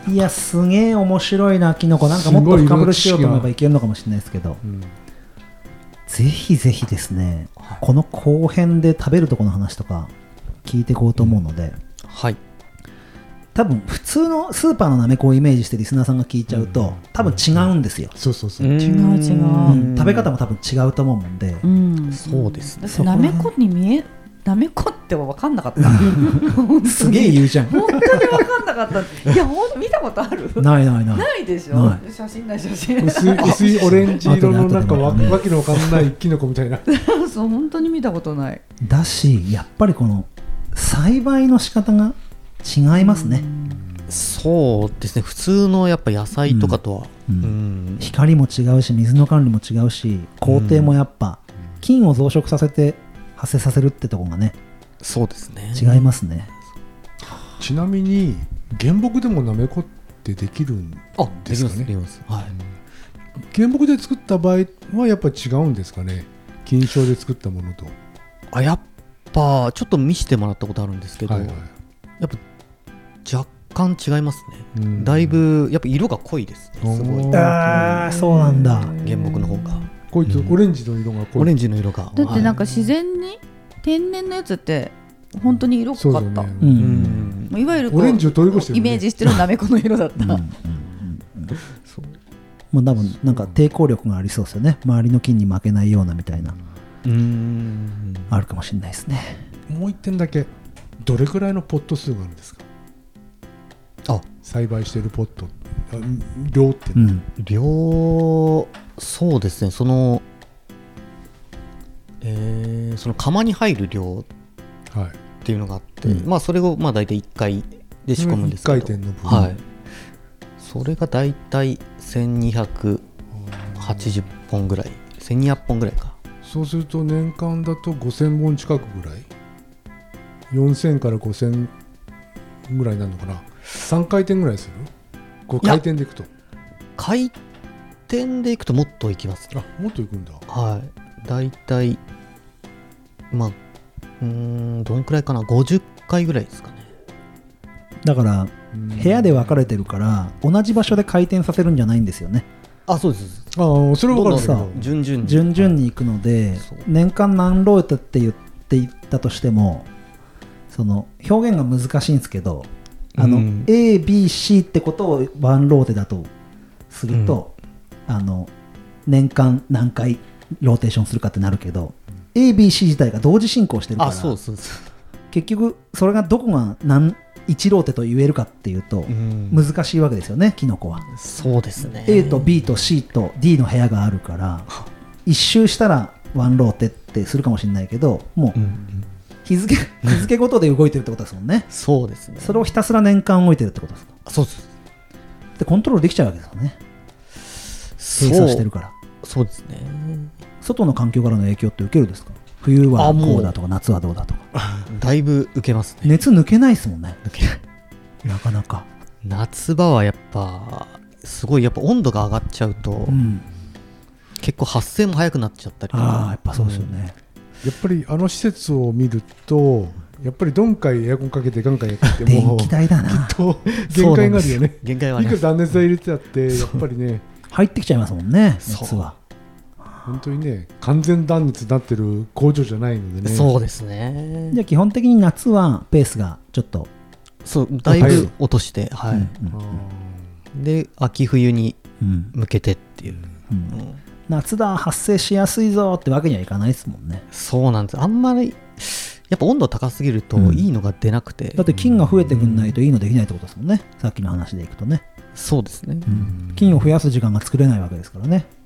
いやすげえ面白いなキノコ。なんかもっと深掘りしようと思えばいけるのかもしれないですけど、ぜひぜひですね、この後編で食べるとこの話とか聞いていこうと思うので、 はい、 多分普通のスーパーのなめこをイメージしてリスナーさんが聞いちゃうと、多分違うんですよ。 そうそうそう。 違う。 食べ方も多分違うと思うんで、 そうですね。 なめこになめこって分かんなかったすげえ言うじゃん。 本当に分かんなかった。いや本当見たことある？ないでしょ。写真薄いオレンジ色のなんかわけのわかんないキノコみたいなそう本当に見たことないだし、やっぱりこの栽培の仕方が違いますね。 そうですね。普通のやっぱ野菜とかとは、 光も違うし水の管理も違うし、工程もやっぱ菌を増殖させて発生させるってところがね、 そうですね、 違いますね。 ちなみに原木でもなめこってできるんですかね？ できます、はい。 原木で作った場合はやっぱ違うんですかね？菌床で作ったものと。 やっぱちょっと見せてもらったことあるんですけど、やっぱ若干違いますね。だいぶやっぱ色が濃いですね。すごい。 そうなんだ。 原木の方がこいつオレンジの色が濃い。 オレンジの色が。 だってなんか自然に天然のやつって本当に色濃かった。いわゆるこうオレンジを通り越してる、 イメージしてるなめこの色だった。 もう多分なんか抵抗力がありそうですよね。周りの菌に負けないようなみたいな。あるかもしれないですね。 もう一点だけ、どれくらいのポット数があるんですか？栽培しているポット量って、 量、そうですね。その釜に入る量っていうのがあって、それを大体1回で仕込むんですけど、 1回転の分、 それが大体1280本ぐらい、1200本ぐらいか。 そうすると年間だと5000本近くぐらい、4000から5000ぐらいになるのかな。3回転ぐらいする？5回転でいくと、 回転でいくともっといきますね。 もっといくんだ。 大体どんくらいかな、50回ぐらいですかね。 だから部屋で分かれてるから同じ場所で回転させるんじゃないんですよね。 そうです。 それは分かるけど順々にいくので、年間何ローテって言っていったとしても、その表現が難しいんですけど、A、B、C ってことをワンローテだとすると、年間何回ローテーションするかってなるけど、A、B、C 自体が同時進行してるから、結局それがどこが1ローテと言えるかっていうと難しいわけですよね、キノコは。 そうですね。 A と B と C と D の部屋があるから、一周したらワンローテってするかもしれないけど、もう日付ごとで動いてるってことですもんね。 そうですね。 それをひたすら年間動いてるってことですか？ そうです。 でコントロールできちゃうわけですよね、精査してるから。 そうですね。 外の環境からの影響って受けるですか？冬はこうだとか夏はどうだとか。 だいぶ受けますね。 熱抜けないですもんね。抜けない、なかなか。 夏場はやっぱすごい、やっぱ温度が上がっちゃうと、結構発生も早くなっちゃったりとか。 やっぱそうですよね。 やっぱり施設を見ると、やっぱりどんかいエアコンかけてガンガンやっても電気代だな、 きっと限界があるよね。 限界はあります。 いくら断熱材入れてあってやっぱりね入ってきちゃいますもんね、熱は。 本当にね、完全断熱になってる工場じゃないのでね。 そうですね。 じゃあ基本的に夏はペースがちょっとだいぶ落として、で秋冬に向けてっていう、 夏だ発生しやすいぞってわけにはいかないですもんね。 そうなんです。あんまりやっぱ温度高すぎるといいのが出なくて、 だって菌が増えてくんないといいのできないってことですもんね、さっきの話でいくとね。 そうですね、 菌を増やす時間が作れないわけですからね。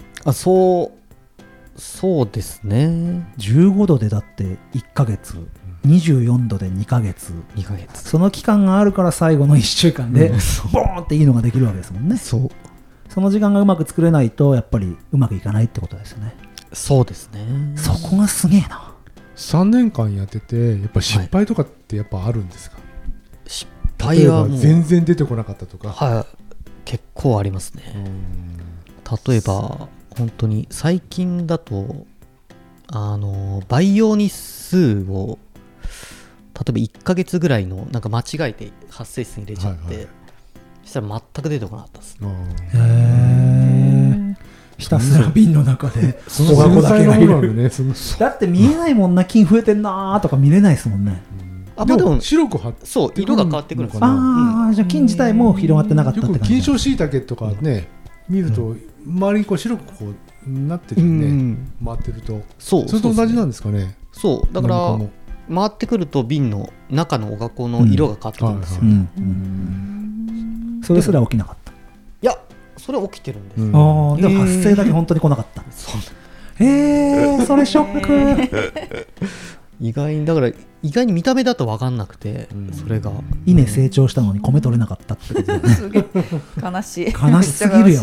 そうですね。 15度でだって1ヶ月、24度で2ヶ月、その期間があるから最後の1週間でボーンっていいのができるわけですもんね。その時間がうまく作れないとやっぱりうまくいかないってことですよね。 そうですね。 そこがすげえな。 3年間やっててやっぱ失敗とかってやっぱあるんですか？ 失敗はもう全然出てこなかったとか。 結構ありますね。例えば本当に最近だと培養日数を例えば1ヶ月ぐらいのなんか間違えて発生室に入れちゃって、 したら全く出てこなかったです。 へえ。ひたすら瓶の中でおがこだけがいる。だって見えないもんな、菌増えてんなーとか見れないですもんね。 でも白く張ってそう色が変わってくるんですよ。 ああ、じゃあ菌自体も広がってなかったって感じ。 菌床椎茸とかね見ると周りにこう白くこうなってるよね、回ってると。それと同じなんですかね。 そうだから回ってくると瓶の中のおがこの色が変わってくるんですよ。 それすら起きなかった。 いやそれ起きてるんです。 ああ、でも発生だけ本当に来なかった。それショック。 意外に見た目だと分かんなくて、それが稲成長したのに米取れなかったってことだね。 すげえ悲しい。 悲しすぎるよ。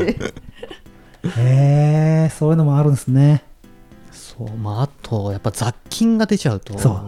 そういうのもあるんですね。 そう、あとやっぱ雑菌が出ちゃうと、そう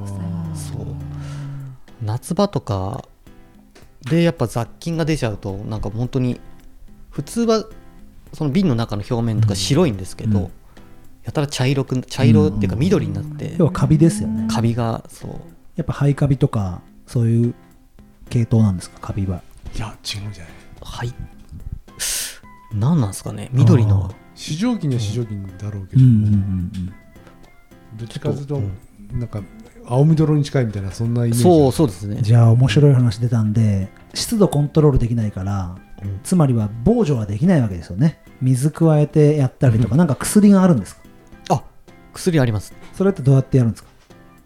夏場とかでやっぱ雑菌が出ちゃうと、なんか本当に普通はその瓶の中の表面とか白いんですけど、やたら茶色っていうか緑になって、 要はカビですよね。 カビがそうやっぱ灰カビとかそういう系統なんですか、カビは。 いや違うんじゃない。 はい何なんですかね、緑の四条菌は四条菌だろうけど、どっちかというとなんか青緑に近いみたいな、そんなイメージ。 そうですね。 じゃあ面白い話出たんで、湿度コントロールできないから、つまりは防除はできないわけですよね。水加えてやったりとか、なんか薬があるんですか。 薬あります。 それってどうやってやるんですか。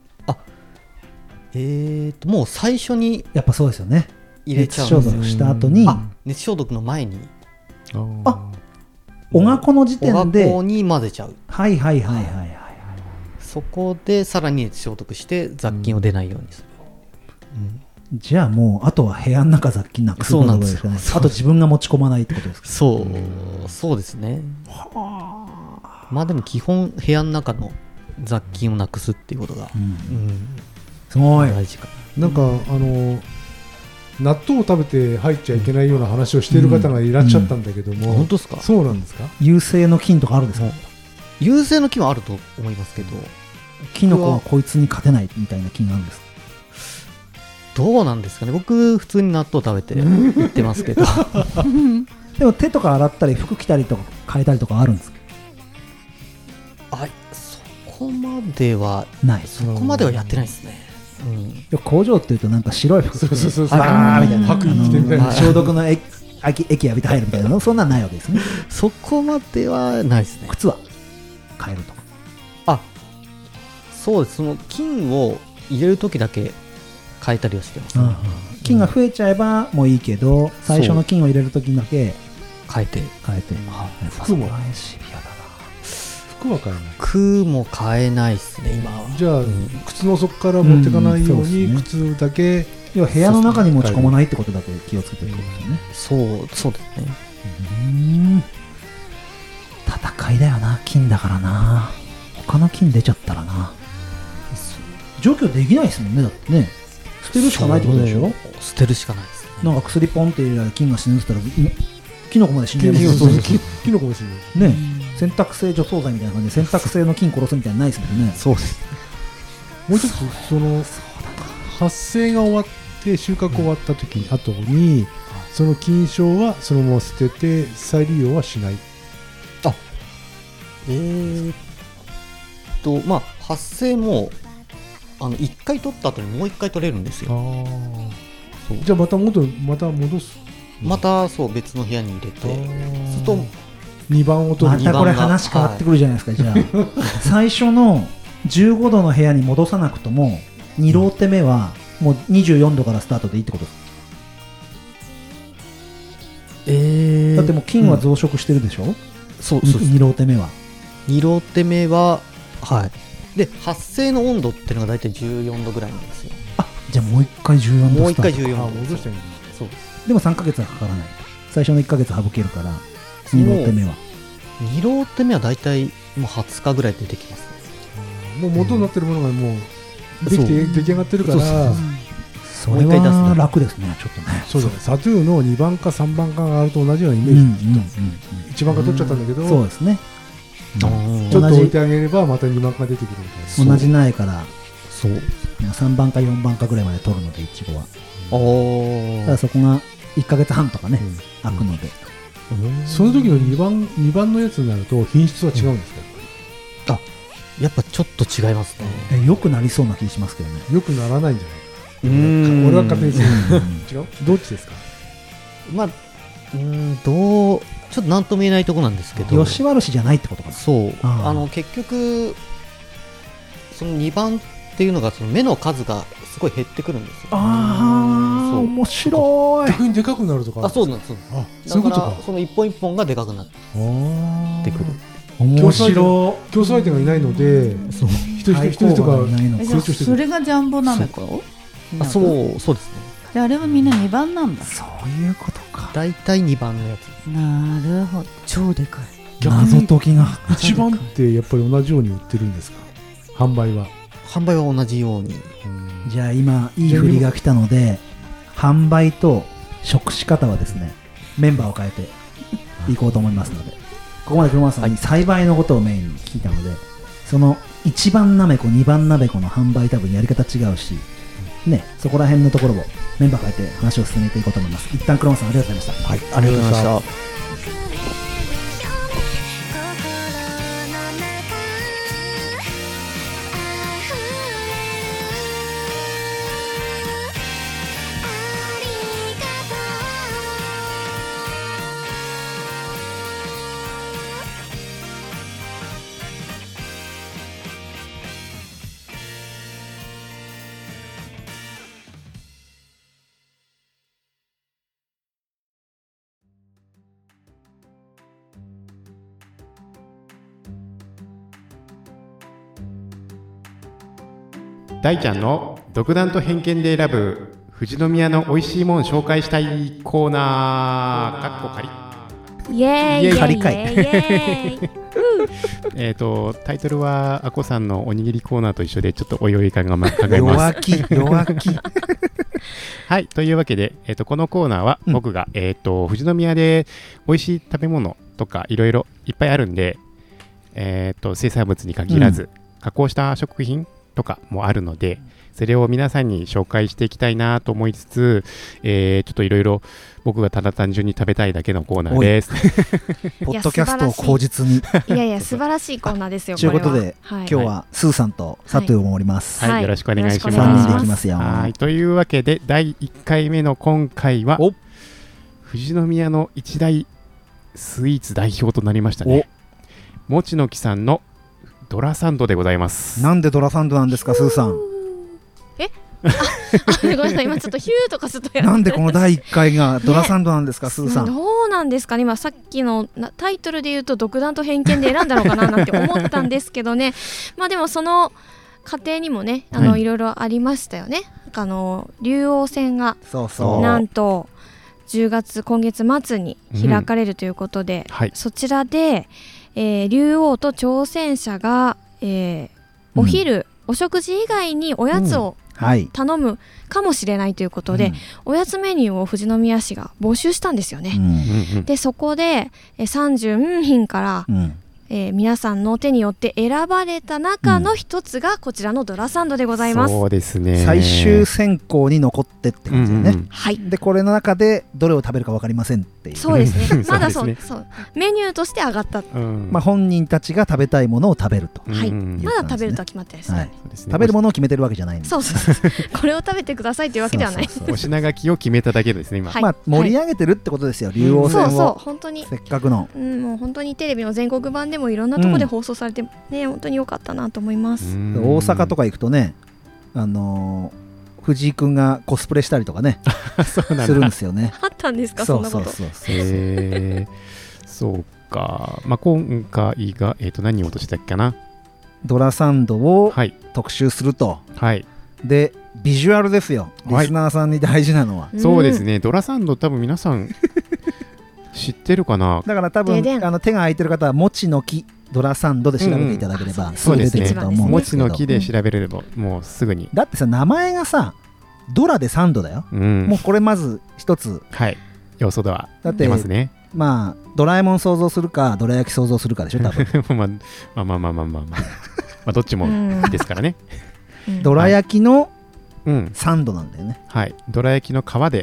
もう最初にやっぱそうですよね。 入れちゃうんですよ。 熱消毒した後に、 熱消毒の前におがこの時点でおがこに混ぜちゃう。 はい。 そこでさらに熱消毒して雑菌を出ないようにする。 じゃあもうあとは部屋の中雑菌なくすことですかね。あと自分が持ち込まないってことですか。 そうですね。でも基本部屋の中の雑菌をなくすっていうことが、 すごい大事かな。なんか納豆を食べて入っちゃいけないような話をしている方がいらっしゃったんだけども、 本当ですか。 そうなんですか。 有性の菌とかあるんですか。 有性の菌はあると思いますけど、 キノコはこいつに勝てないみたいな菌があるんですか。 どうなんですかね。僕普通に納豆食べて言ってますけどでも手とか洗ったり服着たりとか変えたりとかあるんですか。 そこまではない。そこまではやってないですね。 工場っていうとなんか白い服着てみたいな、 白衣着てみたいな、 消毒の液浴びて入るみたいなの、そんなんないわけですね。 そこまではないですね。 靴は変えるとか。 そうです。その菌を入れるときだけ変えたりはしてます、 菌が増えちゃえばもういいけど、最初の菌を入れるときだけ変えて。 服もシビアだな。服は変えない。 服も変えないですね今は。 じゃあ、靴の底から持っていかないように靴だけ、 要は部屋の中に持ち込まないってことだけ気をつけてるってことですよね。 そうですね。 戦いだよな、菌だからな。他の菌出ちゃったらな、除去できないですもんね。だってね、捨てるしかないってことでしょ。 捨てるしかないですね。 なんか薬ポンって入れたら菌が死ぬって言ったらキノコまで死んじゃいますよね。 キノコも死ぬね。洗濯性除草剤みたいな感じで洗濯性の菌殺すみたいなのないですもんね。 そうです。 もう一つ、その発生が終わって収穫終わった時に後にその菌床はそのまま捨てて再利用はしない。 発生も1回取った後にもう1回取れるんですよ。 じゃあまた戻す。 また別の部屋に入れて、そうすると 2番を取る。 またこれ話変わってくるじゃないですか。じゃあ最初の15度の部屋に戻さなくとも2ローテ目はもう24度からスタートでいいってことですか。だってもう菌は増殖してるでしょ。 そう 2ローテ目は 2ローテ目はで発生の温度っていうのが大体14度ぐらいなんですよ。 じゃあもう一回14度もう一回14度戻してみる。 そうでも3ヶ月はかからない。最初の1ヶ月省けるから2ローテ目は 2ローテ目は大体もう20日ぐらいで出てきます、 もう元になってるものがもう出来上がってるから、 それは楽ですね。ちょっとね。 そうだね。サトゥーの2番か3番かがあると同じようなイメージ。1番か取っちゃったんだけど、 そうですね。 ちょっと置いてあげればまた2番か出てくるみたいな。 同じ苗から3番か4番かぐらいまで取るので、イチゴは。だからそこが 1ヶ月半とかね、空くので、 その時の2番のやつになると品質は違うんですか？ やっぱちょっと違いますね。 良くなりそうな気しますけどね。 よくならないんじゃないか。俺は勝手にする。違う？どっちですか？ まあちょっと何とも言えないところなんですけど、 よし悪しじゃないってことかな。 そう結局その2番っていうのがその目の数がすごい減ってくるんですよ。 面白い。 逆にでかくなるとか。 そうなんです。 そういうことか。 その一本一本がでかくなってくる。 面白い。 競争相手がいないので、一人が成長してくる。 それがジャンボなめこ？ そうですね。 であれはみんな2番なんだ。 そういうことか。 だいたい2番のやつ。 なるほど。超でかい。 謎解きが。 1番ってやっぱり同じように売ってるんですか？販売は同じように。 じゃあ今いい振りが来たので、販売と食し方はですね、メンバーを変えていこうと思いますので、ここまで黒松さんに栽培のことをメインに聞いたので、その1番なめこ2番なめこの販売多分やり方違うしね、そこら辺のところをメンバー変えて話を進めていこうと思います。一旦黒松さんありがとうございました。 はい、ありがとうございました。 大ちゃんの独断と偏見で選ぶ富士宮の美味しいもん紹介したいコーナー。かっこ仮。 イエーイ仮かい。 タイトルはアコさんのおにぎりコーナーと一緒でちょっとおいおい考えます。 弱気。 はい、というわけで、このコーナーは僕が、富士宮で美味しい食べ物とかいろいろいっぱいあるんで、生産物に限らず、加工した食品とかもあるので、それを皆さんに紹介していきたいなと思いつつ、ちょっといろいろ僕がただ単純に食べたいだけのコーナーです。 ポッドキャストを口実に。 いや素晴らしいコーナーですよ。 ということで、今日はスーさんと佐藤もおります。 はい、よろしくお願いします。 3人でいきますよ。 はい、というわけで第1回目の今回は富士宮の一大スイーツ代表となりましたね。もちの木さんのドラサンドでございます。 なんでドラサンドなんですか、スーさん。 ごめんなさい、今ちょっとヒューとかするとなんでこの第1回がドラサンドなんですか、スーさん。 どうなんですかね。今さっきのタイトルで言うと独断と偏見で選んだのかななんて思ったんですけどね。まあでもその過程にもね、いろいろありましたよね。竜王戦がなんと今月末に開かれるということで、そちらで竜王と挑戦者が、お昼、お食事以外におやつを頼むかもしれないということで、おやつメニューを富士宮市が募集したんですよね。でそこで30品から、皆さんの手によって選ばれた中の一つがこちらのドラサンドでございます。 そうですね。 最終選考に残ってって感じだよね。 はい。 でこれの中でどれを食べるか分かりませんっていう。 そうですね。まだそうメニューとして上がった。 まあ本人たちが食べたいものを食べると。 はい。まだ食べるとは決まってですね。 食べるものを決めてるわけじゃないんで。 そうこれを食べてくださいというわけではない。 お品書きを決めただけですね今。 まあ盛り上げてるってことですよ。竜王戦を。 そう本当に。 せっかくの。 もう本当にテレビの全国版でもいろんなところで放送されてね、本当に良かったなと思います。 大阪とか行くとね、藤井君がコスプレしたりとかねするんですよね。 あったんですか、そんなこと。 そうか。まあ今回が何を落としたっけな。 ドラサンドを特集すると。はい。でビジュアルですよ。リスナーさんに大事なのは。 そうですね。ドラサンド多分皆さん知ってるかな。 だから多分手が空いてる方はもちの木ドラサンドで調べていただければすぐ出てくると思うんですけど。 もちの木で調べれればもうすぐに。 だってさ、名前がさドラでサンドだよ。もうこれまず一つ要素では出ますね。 まあドラえもん想像するかドラ焼き想像するかでしょ多分。 まあどっちもですからね。 ドラ焼きのサンドなんだよね。 はい。ドラ焼きの皮で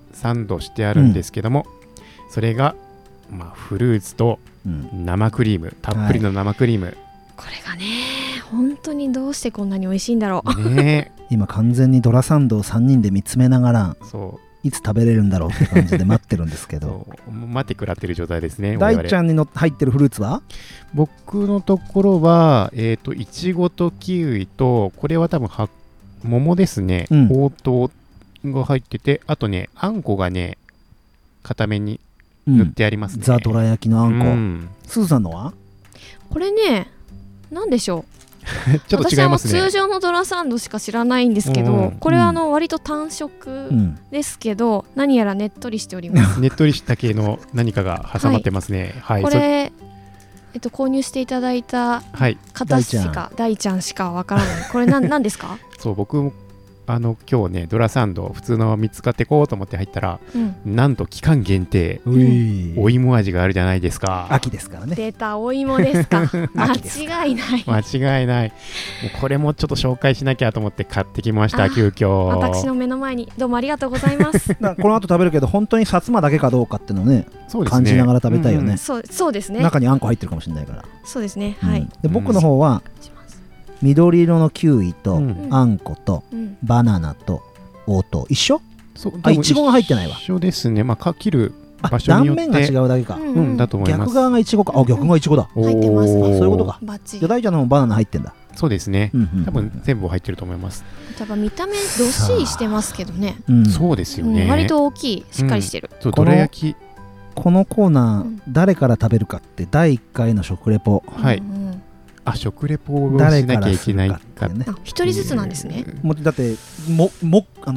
サンドしてあるんですけども、それが、フルーツと生クリーム、たっぷりの生クリーム、 これがね本当にどうしてこんなに美味しいんだろうね今完全にドラサンドを3人で見つめながらいつ食べれるんだろうって感じで待ってるんですけど待ってくらってる状態ですね。 大ちゃんに入ってるフルーツは僕のところは、いちごとキウイと、これは多分桃ですね、ほうとうが入ってて、あとねあんこがね固めに塗ってありますね、 ザドラ焼きのあんこ、スーさんのはこれねなんでしょうちょっと違いますね。 私は通常のドラサンドしか知らないんですけど、これは割と単色ですけど、何やらねっとりしておりますねっとりした系の何かが挟まってますね、はい、 これ購入していただいた方しか、大ちゃんしかわからない。これ何ですか？ そう、僕も今日ねドラサンド普通の3つ買ってこうと思って入ったら、なんと期間限定、お芋味があるじゃないですか。 秋ですからね。 出たお芋ですか間違いない間違いない。もうこれもちょっと紹介しなきゃと思って買ってきました。急遽私の目の前に。どうもありがとうございますこの後食べるけど本当に薩摩だけかどうかっていうのをね、感じながら食べたいよね。 そうですね。 中にあんこ入ってるかもしれないから。 そうですね、はい。 で僕の方は緑色のキウイとあんことバナナと黄桃一緒？いちごが入ってないわ。 一緒ですね。切る場所によって断面が違うだけか。 だと思います。 逆側がいちごか。逆がいちごだ。 入ってますね。 そういうことか。じゃ大ちゃんの方もバナナ入ってんだ。 そうですね。多分全部入ってると思います。 多分見た目どっしりしてますけどね。 そうですよね。 割と大きい、しっかりしてる。 どら焼き。 このコーナー誰から食べるかって第1回の食レポ。 はい。食レポをしなきゃいけないかね。 一人ずつなんですね。 だってもくもく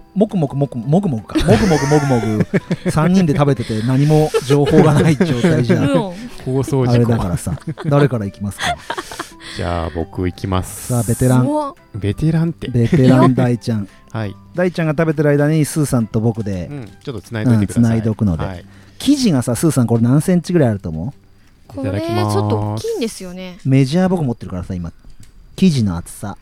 3人で食べてて何も情報がない状態じゃ放送あれだからさ、誰からいきますか？ じゃあ僕いきます。 さあベテランってベテラン大ちゃん大ちゃんが食べてる間にスーさんと僕でちょっとつないでおいてください。 つないでおくので、生地がさ、スーさんこれ何センチぐらいあると思う？ これちょっと大きいんですよね。 メジャー僕持ってるからさ、今生地の厚さ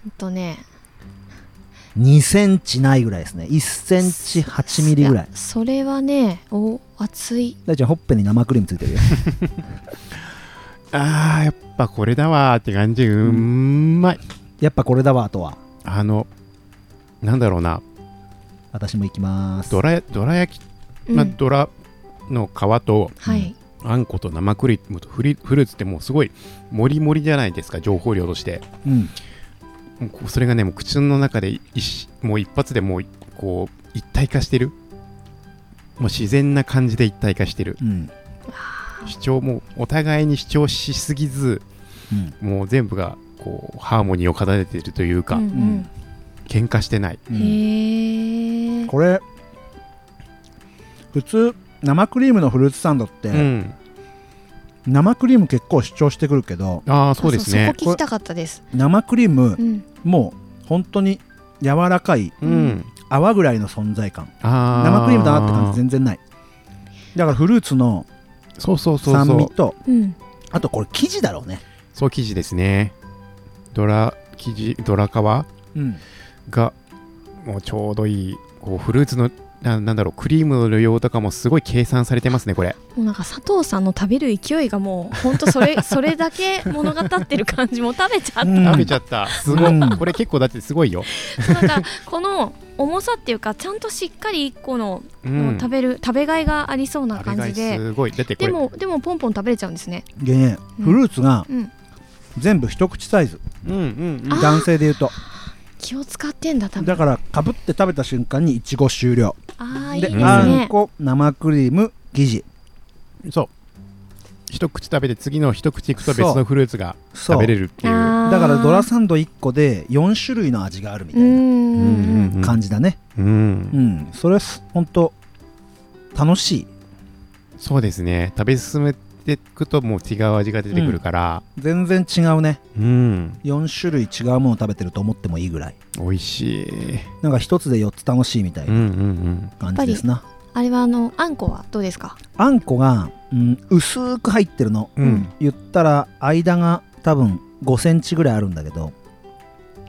2センチないぐらいですね。1センチ8ミリぐらい。 それはね、厚い。 大ちゃんほっぺに生クリームついてるよやっぱこれだわーって感じ。うまい。 やっぱこれだわとはなんだろうな、 私もいきます。 どら焼き、ドラの皮と、あんこと生クリームとフルーツってもうすごいもりもりじゃないですか、情報量として。それがねもう口の中でもう一発でもうこう一体化してる。もう自然な感じで一体化してる。主張もお互いに主張しすぎず、もう全部がこうハーモニーを奏でているというか、喧嘩してない。 これ普通生クリームのフルーツサンドって、生クリーム結構主張してくるけど、 そうですね。 そこ聞きたかったです。 生クリーム、もう本当に柔らかい、泡ぐらいの存在感。生クリームだなって感じ全然ない。だからフルーツの酸味と、あとこれ生地だろうね。 そう、生地ですね。ドラ皮がもうちょうどいい、こうフルーツのなんだろう、クリームの量とかもすごい計算されてますね。これもうなんか佐藤さんの食べる勢いがもう本当それだけ物語ってる感じ。もう食べちゃった、 すごい。これ結構だってすごいよ。 なんかこの重さっていうか、ちゃんとしっかり1個の食べがいがありそうな感じで、 すごい。だってこれでもポンポン食べれちゃうんですね。 でね、フルーツが全部一口サイズ、男性でいうと気を使ってんだ。 だからかぶって食べた瞬間にいちご終了で、 いいですね。 あんこ、生クリーム、生地。 そう、一口食べて次の一口いくと別のフルーツが食べれるっていう。 だからドラサンド1個で4種類の味があるみたいな感じだね。それ本当楽しい。 そうですね。食べ進めていくともう違う味が出てくるから、 全然違うね。4種類違うものを食べてると思ってもいいぐらい美味しい。 なんか一つで4つ楽しいみたいな感じですな。 あれはあんこはどうですか？ あんこが、薄く入ってるの、言ったら間が多分5センチぐらいあるんだけど、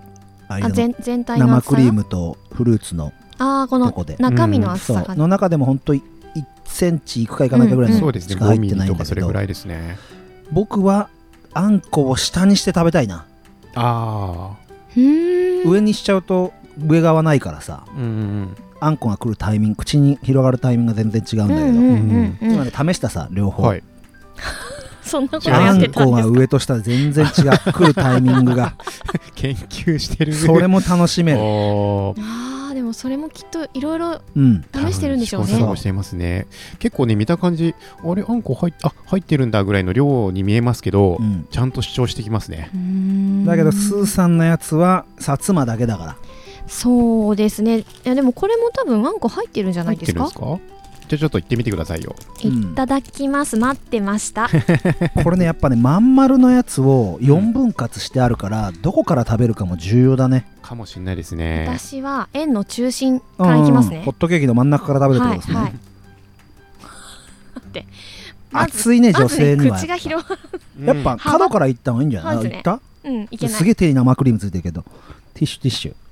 間の全体の生厚さクリームとフルーツのこのとこで中身の厚さがそうの中でも本当1センチいくかいかないかぐらいのそうですね、 しか入 5ミリってないんだけど、 とかそれぐらいですね。 僕はあんこを下にして食べたいな。上にしちゃうと上側ないからさ、あんこが来るタイミング、口に広がるタイミングが全然違うんだけど、今ね試したさ両方、 はい、 そんなことやってたんですか。 あんこが上と下で全然違う来るタイミングが研究してる。 それも楽しめる。 でもそれもきっといろいろうん試してるんでしょうね。 試行錯誤していますね。結構ね見た感じあれあんこ入ってるんだぐらいの量に見えますけど、ちゃんと主張してきますね。 だけどスーさんのやつは薩摩だけだから。 そうですね。いやでもこれも多分あんこ入ってるんじゃないですか。 入ってるんですか。じゃあちょっと行ってみてくださいよ。 いただきます、待ってましたこれねやっぱねまん丸のやつを4分割してあるから、どこから食べるかも重要だね。 かもしれないですね。 私は円の中心からいきますね。 ホットケーキの真ん中から食べるってことですね。 はいはい、 熱いね女性には口が広がる。 やっぱ角からいった方がいいんじゃない？いった？ いけない。 すげえ手に生クリームついてるけど。ティッシュ。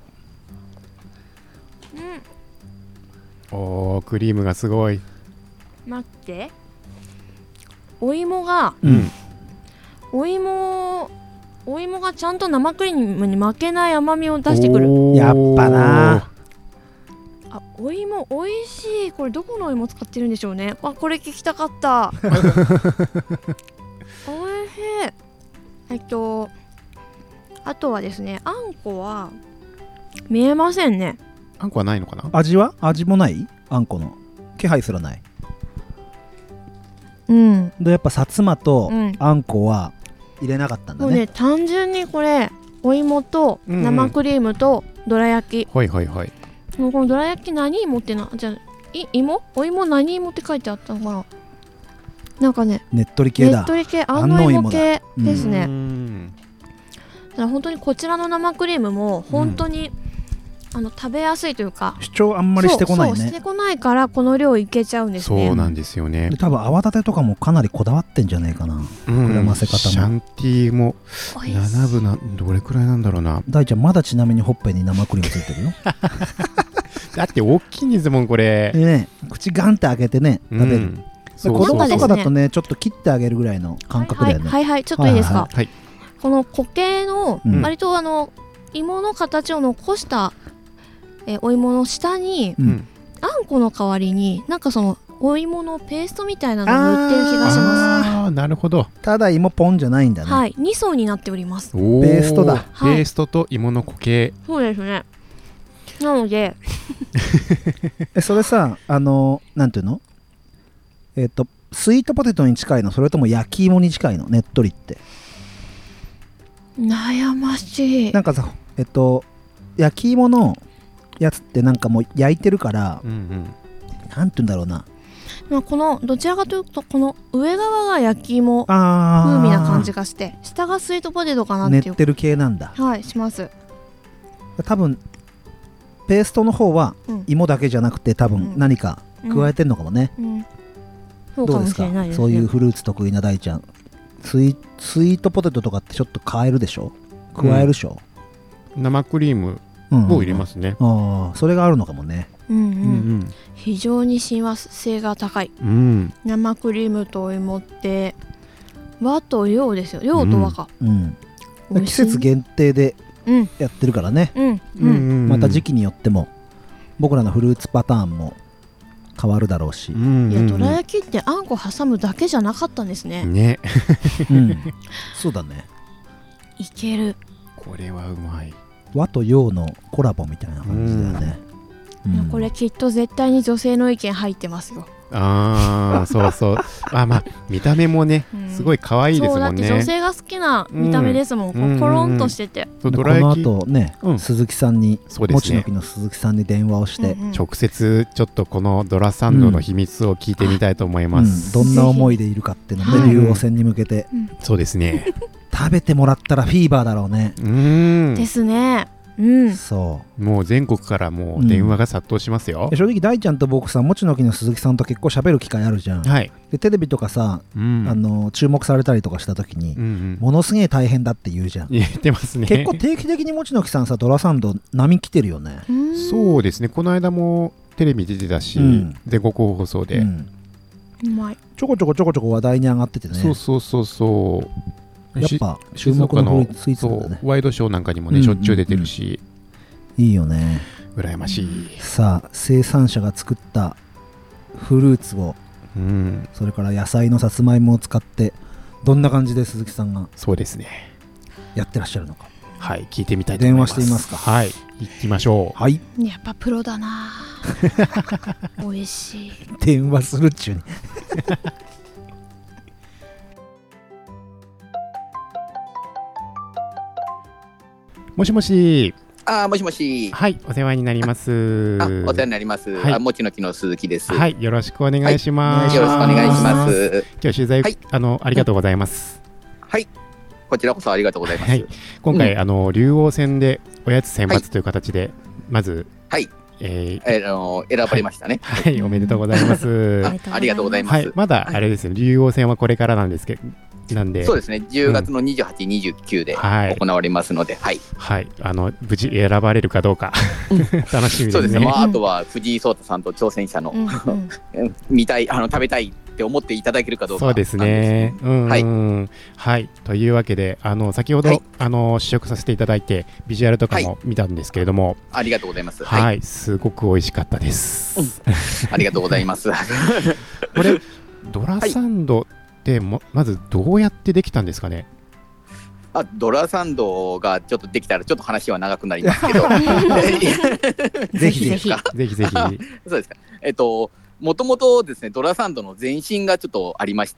おークリームがすごい。 待ってお芋が、お芋がちゃんと生クリームに負けない甘みを出してくる。 やっぱなお芋おいしい。これどこのお芋使ってるんでしょうね。これ聞きたかったおいしい。あとはですね、あんこは見えませんね。 あんこはないのかな。 味もない？あんこの気配すらない。でやっぱ薩摩とあんこは入れなかったんだね。 もうね単純にこれお芋と生クリームとどら焼き、 はいはいはい。 もうこのどら焼き何芋ってじゃあお芋何芋って書いてあったのかな。なんかねねっとり系だ。 ねっとり系安納芋系ですね。だから本当にこちらの生クリームも本当に、食べやすいというか主張あんまりしてこないね。 そうしてこないからこの量いけちゃうんですね。 そうなんですよね。 多分泡立てとかもかなりこだわってんじゃないかな。膨らませ方もシャンティーも7分どれくらいなんだろうな。 大ちゃんまだちなみにほっぺに生クリームついてるよだって大きいんですもんこれね。口ガンって開けてね食べる。子供とかだとねちょっと切ってあげるぐらいの感覚だよね。 はいちょっといいですか。 はい。 この固形の割と芋の形を残したお芋の下に、あんこの代わりになんかそのお芋のペーストみたいなのを塗ってる気がします。 なるほど。 ただ芋ポンじゃないんだね。 はい、2層になっております。 ペーストだ。 ペーストと芋の固形。 そうですね。なのでそれさなんていうのスイートポテトに近いの、それとも焼き芋に近いの？ねっとりって悩ましい。 なんかさ焼き芋のやつってなんかもう焼いてるから、なんていうんだろうな、 このどちらかというとこの上側が焼き芋風味な感じがして、下がスイートポテトかなっていう。 練ってる系なんだ。 はい、します。 多分ペーストの方は芋だけじゃなくて多分何か加えてんのかもね。どうですか、そういうフルーツ得意な大ちゃん。スイートポテトとかってちょっと変えるでしょ、加えるでしょ。 生クリームを入れますね。 それがあるのかもね。 非常に親和性が高い。生クリームとお芋って和と洋ですよ。洋と和か。 季節限定でやってるからね。また時期によっても僕らのフルーツパターンも変わるだろうし。いや、どら焼きってあんこ挟むだけじゃなかったんですね。 ね。 そうだね。 いける。 これはうまい。 和と洋のコラボみたいな感じだよね。 これきっと絶対に女性の意見入ってますよ。 そうそう。まあ見た目もねすごい可愛いですもんね。 そうだって女性が好きな見た目ですもん。コロンとしてて。 この後ね、鈴木さんに、もちの木の鈴木さんに電話をして直接ちょっとこのドラサンドの秘密を聞いてみたいと思います。 どんな思いでいるかっていうので竜王戦に向けて。 そうですね。 食べてもらったらフィーバーだろうね。 ですね。 そもう全国からもう電話が殺到しますよ。 正直大ちゃんと僕さ、もちの木の鈴木さんと結構喋る機会あるじゃん。 はい。 でテレビとかさ、注目されたりとかした時に、ものすげえ大変だって言うじゃん。 言ってますね。 結構定期的にもちの木さんさ、ドラサンド波来てるよね。 そうですね。この間もテレビ出てたし、全国放送で、 うまい。 ちょこちょこ話題に上がっててね。 そうやっぱ注目のスイーツなんだね。 ワイドショーなんかにもね、しょっちゅう出てるし、 いいよね。 羨ましい。 さあ、生産者が作ったフルーツを、それから野菜のさつまいもを使って、どんな感じで鈴木さんがそうですねやってらっしゃるのか、 はい、聞いてみたいと思います。 電話してみますか。 はい、行きましょう。 はい。 やっぱプロだな。美味しい。 電話するっちゅうに。 もしもし。 もしもし。 はい、お世話になります。 お世話になります。 はい、 もちの木の鈴木です。 はい、よろしくお願いします。 よろしくお願いします。 今日取材、ありがとうございます。 はい、こちらこそありがとうございます。はい、 今回、竜王戦でおやつ選抜という形で、まず、 はい、選ばれましたね。 はい、おめでとうございます。 ありがとうございます。 まだあれですね、竜王戦はこれからなんですけど。なんでそうですね、10月の28、29で行われますので、はい、 無事選ばれるかどうか楽しみですね。 そうですね、あとは藤井聡太さんと挑戦者の見たい、食べたいって思っていただけるかどうか。 そうですね。はい、というわけで、先ほど、試食させていただいて、ビジュアルとかも見たんですけれども、 ありがとうございます。 はい、すごく美味しかったです。 ありがとうございます。 これ、ドラサンドでまずどうやってできたんですかね。 ドラサンドがちょっとできたらちょっと話は長くなりますけどぜひぜひそうですか。もともとですね、ドラサンドの前身がちょっとありまして、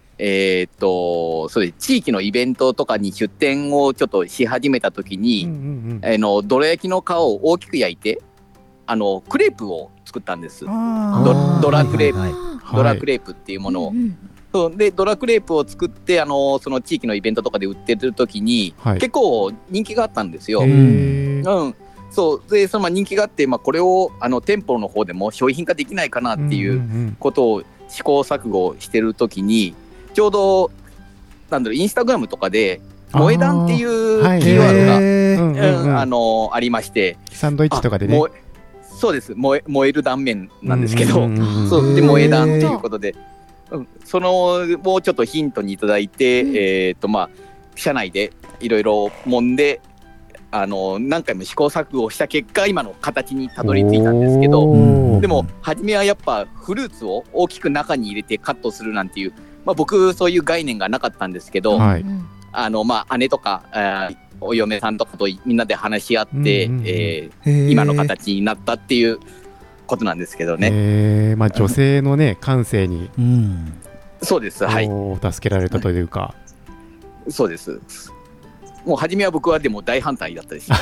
そうです、地域のイベントとかに出店をちょっとし始めたときに、どら焼きの皮を大きく焼いてクレープを作ったんです。ドラクレープっていうものを、でドラクレープを作って、その地域のイベントとかで売ってる時に、結構人気があったんですよ。そうで、その人気があって、これを店舗の方でも商品化できないかなっていうことを試行錯誤してる時に、ちょうどインスタグラムとかで萌え断っていうキーワードがありまして、 サンドイッチとかでね、 そうです、燃える断面なんですけど、そうで萌え断っていうことで、そのもうちょっとヒントにいただいて、社内でいろいろ揉んで、何回も試行錯誤した結果、今の形にたどり着いたんですけど、でも初めはやっぱフルーツを大きく中に入れてカットするなんていう、僕そういう概念がなかったんですけど、姉とかお嫁さんとかとみんなで話し合って、今の形になったっていうことなんですけどね。 女性のね、感性に、 そうです、はい、 助けられたというか、 そうです。もう初めは僕はでも大反対だったです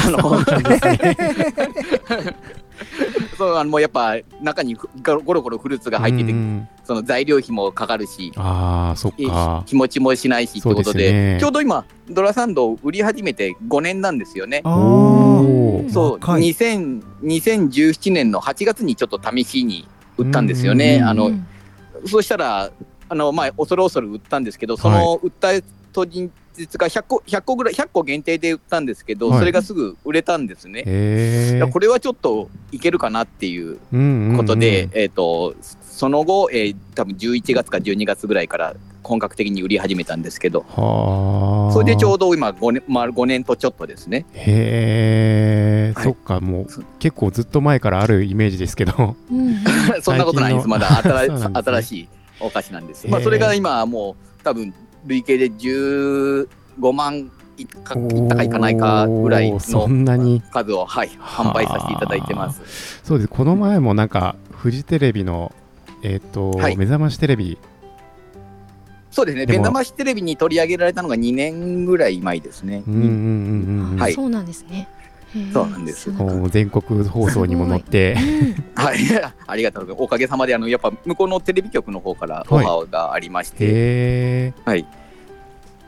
もうやっぱ中にゴロゴロフルーツが入ってて、その材料費もかかるし、 そっか、 日持ちもしないしってことで、ちょうど今ドラサンドを売り始めて5年なんですよね。そう、2017年の8月にちょっと試しに売ったんですよね。そうしたら恐る恐る売ったんですけど、その売った当日が100個限定で売ったんですけど、それがすぐ売れたんですね。これはちょっといけるかなっていうことで、その後、多分11月か12月ぐらいから本格的に売り始めたんですけど、それでちょうど今5年とちょっとですね。 そっか、もう結構ずっと前からあるイメージですけどそんなことないです。まだ新しいお菓子なんです。それが今もう多分累計で15万いったかいかないかぐらいの数を、販売させていただいてます。 そうです。この前もなんかフジテレビの目覚ましテレビ、 そうですね、目覚ましテレビに取り上げられたのが2年ぐらい前ですね。 そうなんですね。 そうなんです。 全国放送にも載って、 ありがとうございます。おかげさまでやっぱ向こうのテレビ局の方からオファーがありまして、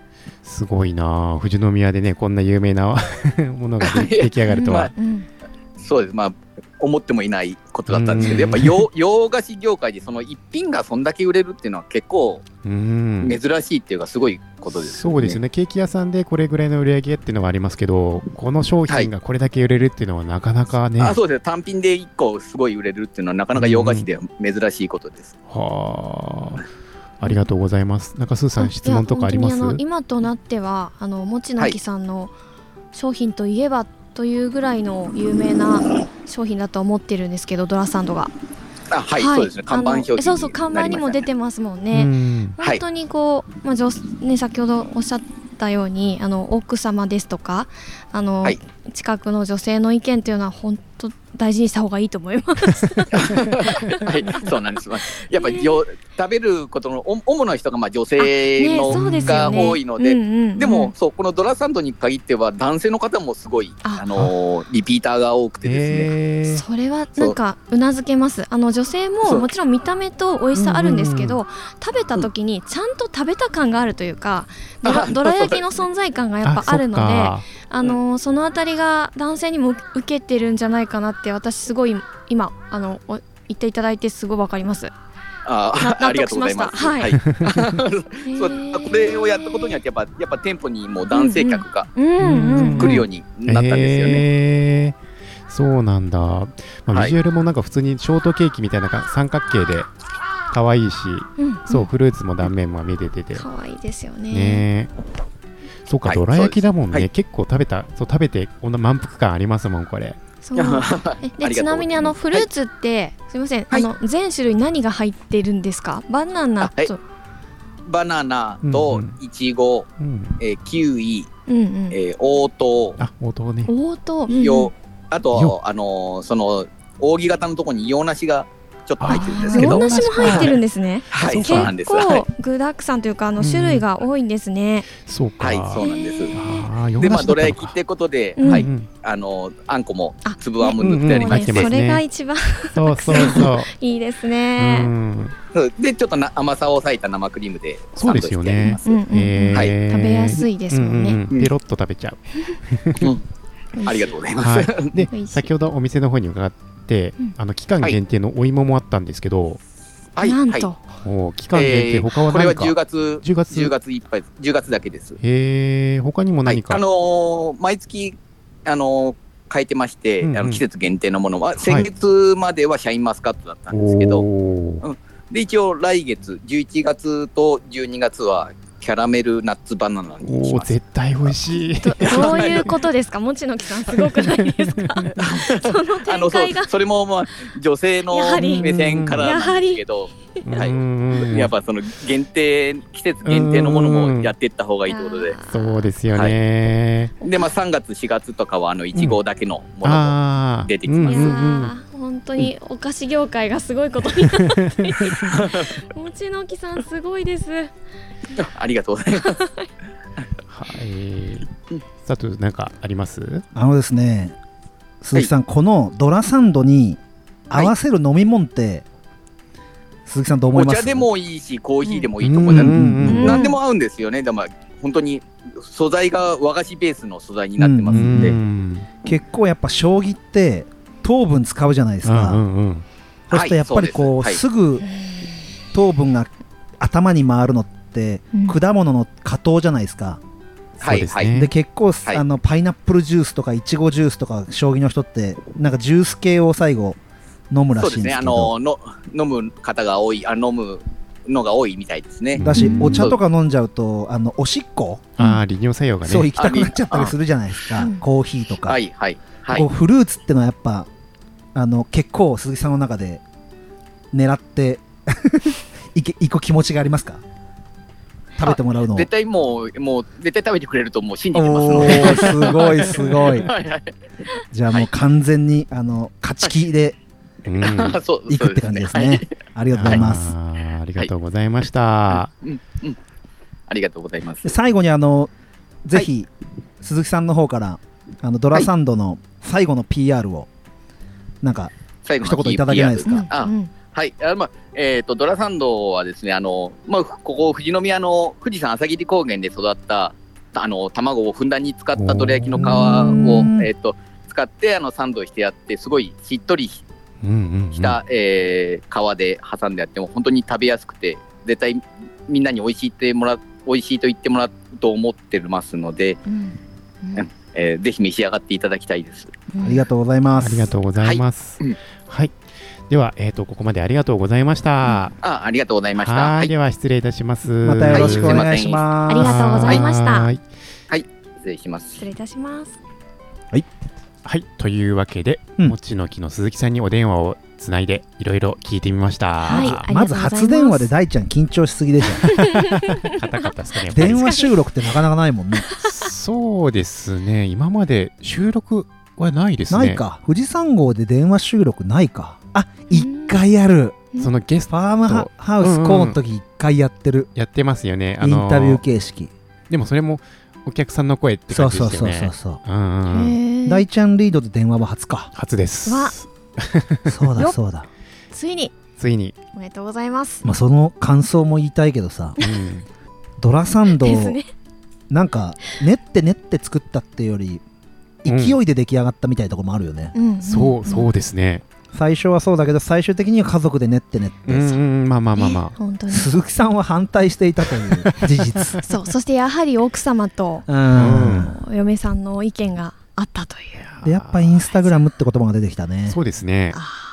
すごいな、富士宮でねこんな有名なものが出来上がるとは、 そうです。まあ思ってもいないことだったんですけど、やっぱ洋菓子業界でその一品がそんだけ売れるっていうのは結構珍しいっていうかすごいことですよね。 そうですね。ケーキ屋さんでこれぐらいの売り上げっていうのはありますけど、この商品がこれだけ売れるっていうのはなかなかね、 そうです。単品で1個すごい売れるっていうのはなかなか洋菓子では珍しいことです。 はあ、ありがとうございます。なんかスーさん質問とかあります？ 今となってはもちの木さんの商品といえばというぐらいの有名な商品だと思ってるんですけど、ドラサンドが。 はい、そうですね。看板商品になりましたね。 そうそう、看板にも出てますもんね。本当にこう、ね、先ほどおっしゃったように奥様ですとか近くの女性の意見というのは本当大事にした方がいいと思います。 はい、そうなんです。やっぱり食べることの主な人が女性のが多いので、でもそうこのドラサンドに限っては男性の方もすごいリピーターが多くてですね。 それはなんかうなずけます。女性ももちろん見た目と美味しさあるんですけど、食べた時にちゃんと食べた感があるというか、どら焼きの存在感がやっぱあるので、そのあたりが男性にも受けてるんじゃないかなって私すごい今言っていただいてすごいわかります。 ありがとうございます。 はい。 これをやったことによってやっぱ店舗にも男性客が来るようになったんですよね。 そうなんだ。ビジュアルもなんか普通にショートケーキみたいな三角形で可愛いし、そうフルーツも断面も見てて可愛いですよね。 そうか、どら焼きだもんね。結構食べてこんな満腹感ありますもんこれ。 でちなみにフルーツってすみません、全種類何が入っているんですか？バナナとバナナとイチゴ、キウイ、黄桃、 黄桃ね。 黄桃。 あとその扇形のところに洋梨がちょっと入ってるんですけど、 洋梨も入ってるんですね。 はい、 そうなんです。結構具沢山というか種類が多いんですね。 そうか。 はい、そうなんです。でどら焼きってことで、はい、あんこも粒あんも塗ってありまして、 それが一番そういいですね。 でちょっと甘さを抑えた生クリームでサンドしてあります。はい、 食べやすいですもんね。 ペロッと食べちゃう。 ありがとうございます。 で先ほどお店の方に伺って期間限定のお芋もあったんですけど、 なんと期間限定他は何か？ これは10月いっぱい、10月だけです。 他にも何か？ 毎月変えてまして、季節限定のものは先月まではシャインマスカットだったんですけど、で一応来月11月と12月はキャラメルナッツバナナにします。 絶対美味しい。 どういうことですか？もちのきさんすごくないですか？その展開がそれも女性の目線からなんですけど、やっぱその季節限定のものもやっていった方がいいということで。 そうですよね。 で3月4月とかはいちごだけのものも出てきます。 本当にお菓子業界がすごいことになっている。もちのきさんすごいです。 ありがとうございます。 はい。佐藤なんかあります？ ですね、鈴木さん、このドラサンドに合わせる飲み物って鈴木さんどう思います？ お茶でもいいしコーヒーでもいいと思います。何でも合うんですよね。でも本当に素材が和菓子ベースの素材になってますんで、 結構やっぱ将棋って糖分使うじゃないですか。そうするとやっぱりこうすぐ糖分が頭に回るのって果物の果糖じゃないですか。で結構パイナップルジュースとかいちごジュースとか将棋の人ってなんかジュース系を最後飲むらしいんですけど、 飲む方が多い、飲むのが多いみたいですね。 だしお茶とか飲んじゃうとおしっこ利尿作用がね、 そう行きたくなっちゃったりするじゃないですか。コーヒーとかこうフルーツってのはやっぱ結構鈴木さんの中で狙って行く気持ちがありますか？食べてもらうの絶対もう絶対食べてくれるともう信じてますので。 すごいじゃあもう完全に勝ち気で行くって感じですね。ありがとうございます。 ありがとうございました。 ありがとうございます。 最後にぜひ鈴木さんの方からドラサンドの最後の PR をなんか一言いただけないですか？ はい、ドラサンドはですね、ここ富士宮の富士山朝霧高原で育った卵をふんだんに使ったどら焼きの皮を、使ってサンドしてやって、すごいしっとりした、皮で挟んでやっても本当に食べやすくて、絶対みんなに美味しいと言ってもらうと思ってますので、ぜひ召し上がっていただきたいです。 ありがとうございます。 ありがとうございます。はい。では、ここまでありがとうございました。 ありがとうございました。 はい。では失礼いたします。 またよろしくお願いします。 ありがとうございました。 はい。失礼します。 失礼いたします。 はい。はい。というわけで、もちの木の鈴木さんにお電話をつないでいろいろ聞いてみました。 はい。 まず初電話で大ちゃん緊張しすぎでしょ。 硬かったですかね。 電話収録ってなかなかないもんね。 そうですね。今まで収録はないですね。 ないか。富士山号で電話収録ないか。1回やる。 そのゲストファームハウスコーンの時1回やってる。 やってますよね。 インタビュー形式。 でもそれもお客さんの声って感じですよね。 そう。大ちゃんリードで電話は初か。 初です。 そうだ。 ついにおめでとうございます。 その感想も言いたいけどさ、ドラサンドなんか練って作ったってより勢いで出来上がったみたいなところもあるよね。 そうですね。 最初はそうだけど最終的には家族で練ってまあ鈴木さんは反対していたという事実。 そしてやはり奥様とお嫁さんの意見があったという。 でやっぱインスタグラムって言葉が出てきたね。 そうですね。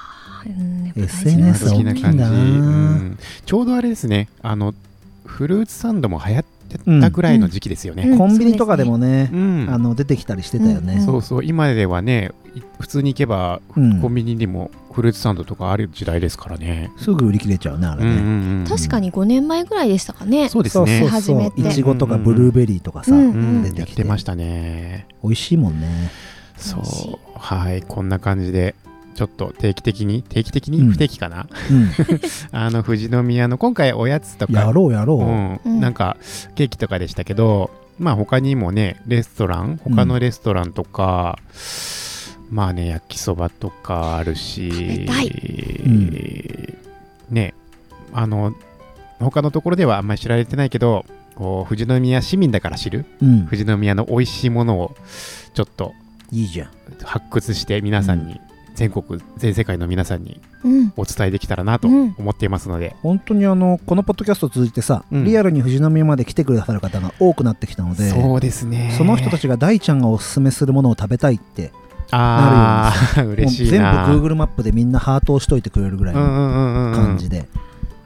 SNS 大きいんだな。 ちょうどあれですね、フルーツサンドも流行ってたぐらいの時期ですよね。 コンビニとかでもね、出てきたりしてたよね。 そう今ではね、普通に行けばコンビニにもフルーツサンドとかある時代ですからね。 すぐ売り切れちゃうね、あれね。 確かに5年前ぐらいでしたかね。 そうですね。 いちごとかブルーベリーとかさ出てきてましたね。 美味しいもんね。 そう、はい、こんな感じでちょっと定期的に不定期かな、富士宮の今回おやつとかやろう、 なんかケーキとかでしたけど、他にもね他のレストランとか、焼きそばとかあるし、ね、他のところではあんまり知られてないけど、富士宮市民だから知る、富士宮の美味しいものをちょっといいじゃん発掘して皆さんに、全世界の皆さんにお伝えできたらなと思っていますので、 本当にこのポッドキャストを通じてさ、リアルに富士宮まで来てくださる方が多くなってきたので、 そうですね、 その人たちが大ちゃんがおすすめするものを食べたいってなるように嬉しいな。 全部 Google マップでみんなハートをしといてくれるぐらいの感じで、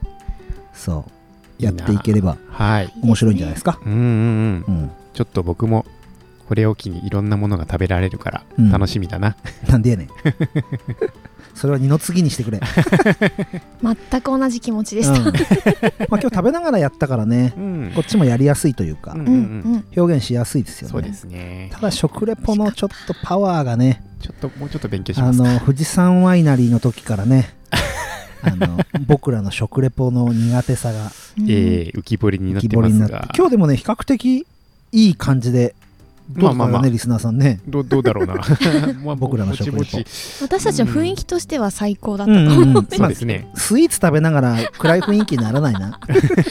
そうやっていければ面白いんじゃないですか。 ちょっと僕もこれを機にいろんなものが食べられるから楽しみだな。 なんでやねん。それは二の次にしてくれ。 全く同じ気持ちでした。 今日食べながらやったからね、こっちもやりやすいというか、表現しやすいですよね。 そうですね。 ただ食レポのちょっとパワーがね、 もうちょっと勉強しますか。 富士山ワイナリーの時からね、僕らの食レポの苦手さが浮き彫りになってますが、 今日でもね比較的いい感じで、どうですかね、リスナーさんね。 どうだろうな。 僕らの食レポ、 私たちの雰囲気としては最高だったと思って。 そうですね。 スイーツ食べながら暗い雰囲気にならないな。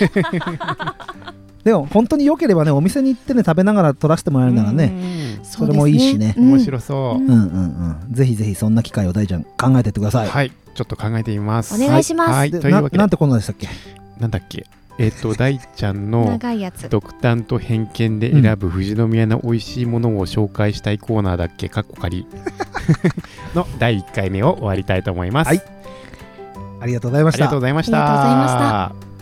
でも本当に良ければね、お店に行ってね食べながら撮らせてもらえるならね、それもいいしね。 面白そう。 ぜひぜひそんな機会を大ちゃん考えてってください。 はい、ちょっと考えてみます。 お願いします。 というわけで、 なんてこんなでしたっけ。 なんだっけ。大ちゃんの独断と偏見で選ぶ富士宮の美味しいものを紹介したいコーナーだっけ、かっこ仮の第1回目を終わりたいと思います。 はい、ありがとうございました。 ありがとうございました。